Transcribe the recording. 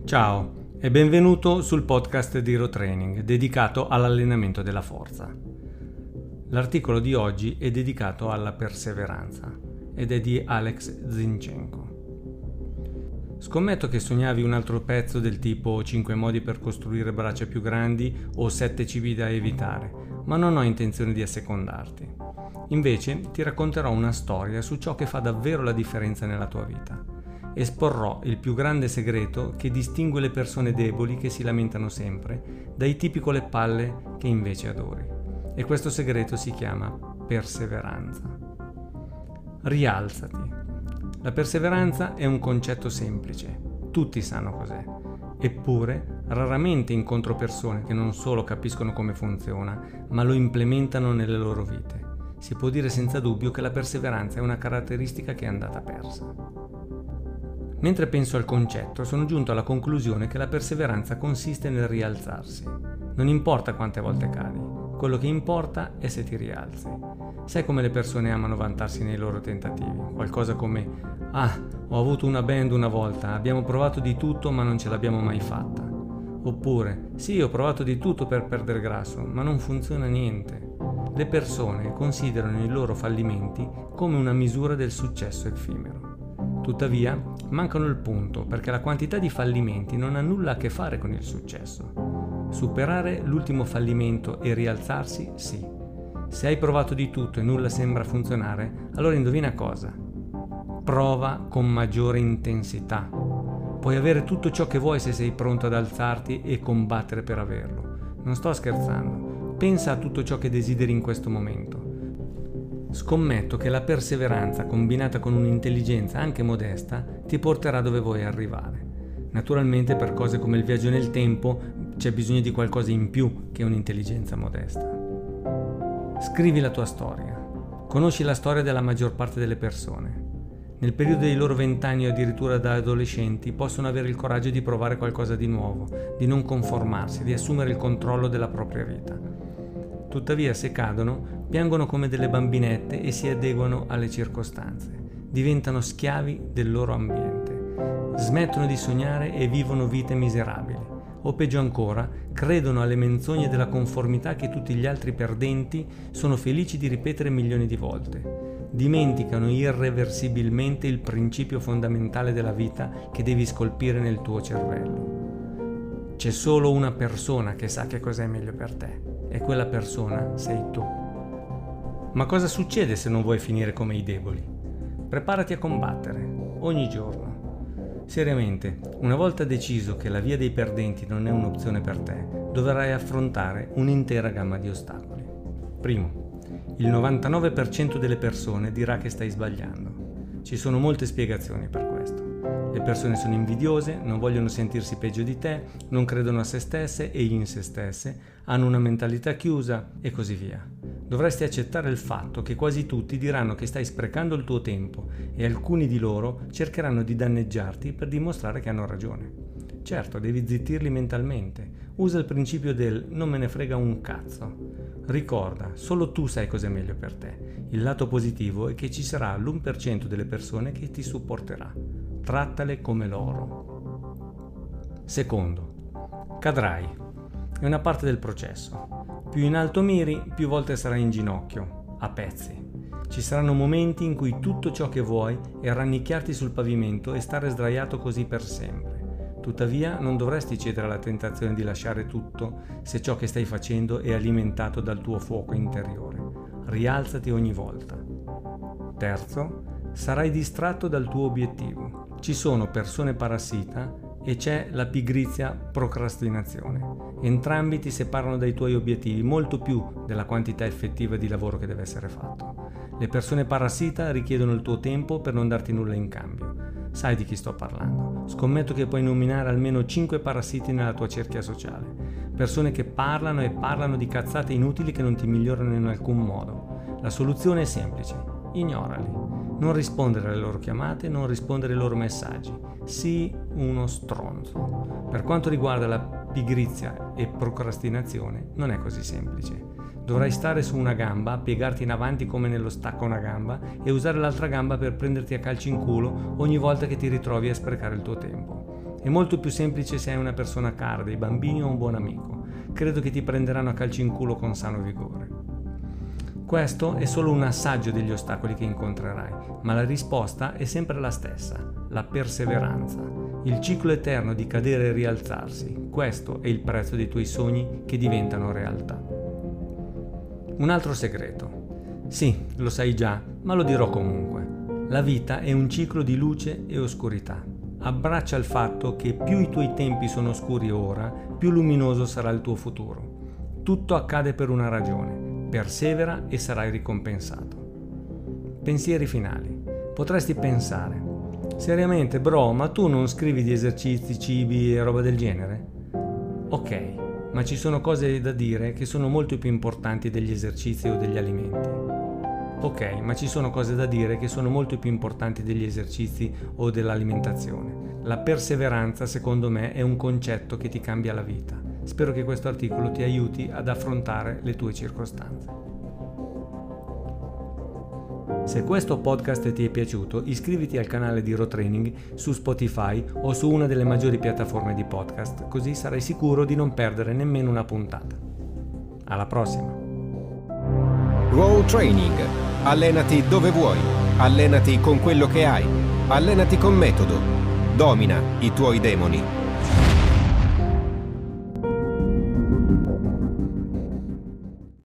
Ciao e benvenuto sul podcast di Hero Training dedicato all'allenamento della forza. L'articolo di oggi è dedicato alla perseveranza ed è di Alex Zinchenko. Scommetto che sognavi un altro pezzo del tipo 5 modi per costruire braccia più grandi o 7 cibi da evitare, ma non ho intenzione di assecondarti. Invece ti racconterò una storia su ciò che fa davvero la differenza nella tua vita. Esporrò il più grande segreto che distingue le persone deboli che si lamentano sempre dai tipi con le palle che invece adori. E questo segreto si chiama perseveranza. Rialzati. La perseveranza è un concetto semplice, tutti sanno cos'è. Eppure, raramente incontro persone che non solo capiscono come funziona, ma lo implementano nelle loro vite. Si può dire senza dubbio che la perseveranza è una caratteristica che è andata persa. Mentre penso al concetto, sono giunto alla conclusione che la perseveranza consiste nel rialzarsi. Non importa quante volte cadi, quello che importa è se ti rialzi. Sai come le persone amano vantarsi nei loro tentativi? Qualcosa come: ho avuto una band una volta, abbiamo provato di tutto ma non ce l'abbiamo mai fatta. Oppure: sì, ho provato di tutto per perdere grasso, ma non funziona niente. Le persone considerano i loro fallimenti come una misura del successo effimero. Tuttavia, mancano il punto, perché la quantità di fallimenti non ha nulla a che fare con il successo. Superare l'ultimo fallimento e rialzarsi, sì. Se hai provato di tutto e nulla sembra funzionare, allora indovina cosa? Prova con maggiore intensità. Puoi avere tutto ciò che vuoi se sei pronto ad alzarti e combattere per averlo. Non sto scherzando. Pensa a tutto ciò che desideri in questo momento. Scommetto che la perseveranza combinata con un'intelligenza anche modesta ti porterà dove vuoi arrivare. Naturalmente per cose come il viaggio nel tempo c'è bisogno di qualcosa in più che un'intelligenza modesta. Scrivi la tua storia. Conosci la storia della maggior parte delle persone. Nel periodo dei loro 20 anni o addirittura da adolescenti possono avere il coraggio di provare qualcosa di nuovo, di non conformarsi, di assumere il controllo della propria vita. Tuttavia, se cadono, piangono come delle bambinette e si adeguano alle circostanze. Diventano schiavi del loro ambiente. Smettono di sognare e vivono vite miserabili. O peggio ancora, credono alle menzogne della conformità che tutti gli altri perdenti sono felici di ripetere milioni di volte. Dimenticano irreversibilmente il principio fondamentale della vita che devi scolpire nel tuo cervello. C'è solo una persona che sa che cos'è meglio per te. E quella persona sei tu. Ma cosa succede se non vuoi finire come i deboli? Preparati a combattere, ogni giorno. Seriamente, una volta deciso che la via dei perdenti non è un'opzione per te, dovrai affrontare un'intera gamma di ostacoli. Primo, il 99% delle persone dirà che stai sbagliando. Ci sono molte spiegazioni per questo. Le persone sono invidiose, non vogliono sentirsi peggio di te, non credono a se stesse e in se stesse, hanno una mentalità chiusa e così via. Dovresti accettare il fatto che quasi tutti diranno che stai sprecando il tuo tempo e alcuni di loro cercheranno di danneggiarti per dimostrare che hanno ragione. Certo, devi zittirli mentalmente. Usa il principio del non me ne frega un cazzo. Ricorda, solo tu sai cos'è meglio per te. Il lato positivo è che ci sarà l'1% delle persone che ti supporterà. Trattale come loro. Secondo, cadrai. È una parte del processo. Più in alto miri, più volte sarai in ginocchio, a pezzi. Ci saranno momenti in cui tutto ciò che vuoi è rannicchiarti sul pavimento e stare sdraiato così per sempre. Tuttavia, non dovresti cedere alla tentazione di lasciare tutto se ciò che stai facendo è alimentato dal tuo fuoco interiore. Rialzati ogni volta. Terzo, sarai distratto dal tuo obiettivo. Ci sono persone parassita e c'è la pigrizia procrastinazione. Entrambi ti separano dai tuoi obiettivi molto più della quantità effettiva di lavoro che deve essere fatto. Le persone parassita richiedono il tuo tempo per non darti nulla in cambio. Sai di chi sto parlando. Scommetto che puoi nominare almeno 5 parassiti nella tua cerchia sociale. Persone che parlano e parlano di cazzate inutili che non ti migliorano in alcun modo. La soluzione è semplice: ignorali. Non rispondere alle loro chiamate, non rispondere ai loro messaggi. Sii uno stronzo. Per quanto riguarda la pigrizia e procrastinazione, non è così semplice. Dovrai stare su una gamba, piegarti in avanti come nello stacca una gamba e usare l'altra gamba per prenderti a calci in culo ogni volta che ti ritrovi a sprecare il tuo tempo. È molto più semplice se hai una persona cara, dei bambini o un buon amico. Credo che ti prenderanno a calci in culo con sano vigore. Questo è solo un assaggio degli ostacoli che incontrerai, ma la risposta è sempre la stessa, la perseveranza, il ciclo eterno di cadere e rialzarsi. Questo è il prezzo dei tuoi sogni che diventano realtà. Un altro segreto. Sì, lo sai già, ma lo dirò comunque. La vita è un ciclo di luce e oscurità. Abbraccia il fatto che più i tuoi tempi sono oscuri ora, più luminoso sarà il tuo futuro. Tutto accade per una ragione. Persevera e sarai ricompensato. Pensieri finali. Potresti pensare: seriamente, bro, ma tu non scrivi di esercizi, cibi e roba del genere? Ok, ma ci sono cose da dire che sono molto più importanti degli esercizi o degli alimenti. Ok, ma ci sono cose da dire che sono molto più importanti degli esercizi o dell'alimentazione. La perseveranza, secondo me, è un concetto che ti cambia la vita. Spero che questo articolo ti aiuti ad affrontare le tue circostanze. Se questo podcast ti è piaciuto, iscriviti al canale di Raw Training su Spotify o su una delle maggiori piattaforme di podcast, così sarai sicuro di non perdere nemmeno una puntata. Alla prossima! Raw Training. Allenati dove vuoi. Allenati con quello che hai. Allenati con metodo. Domina i tuoi demoni.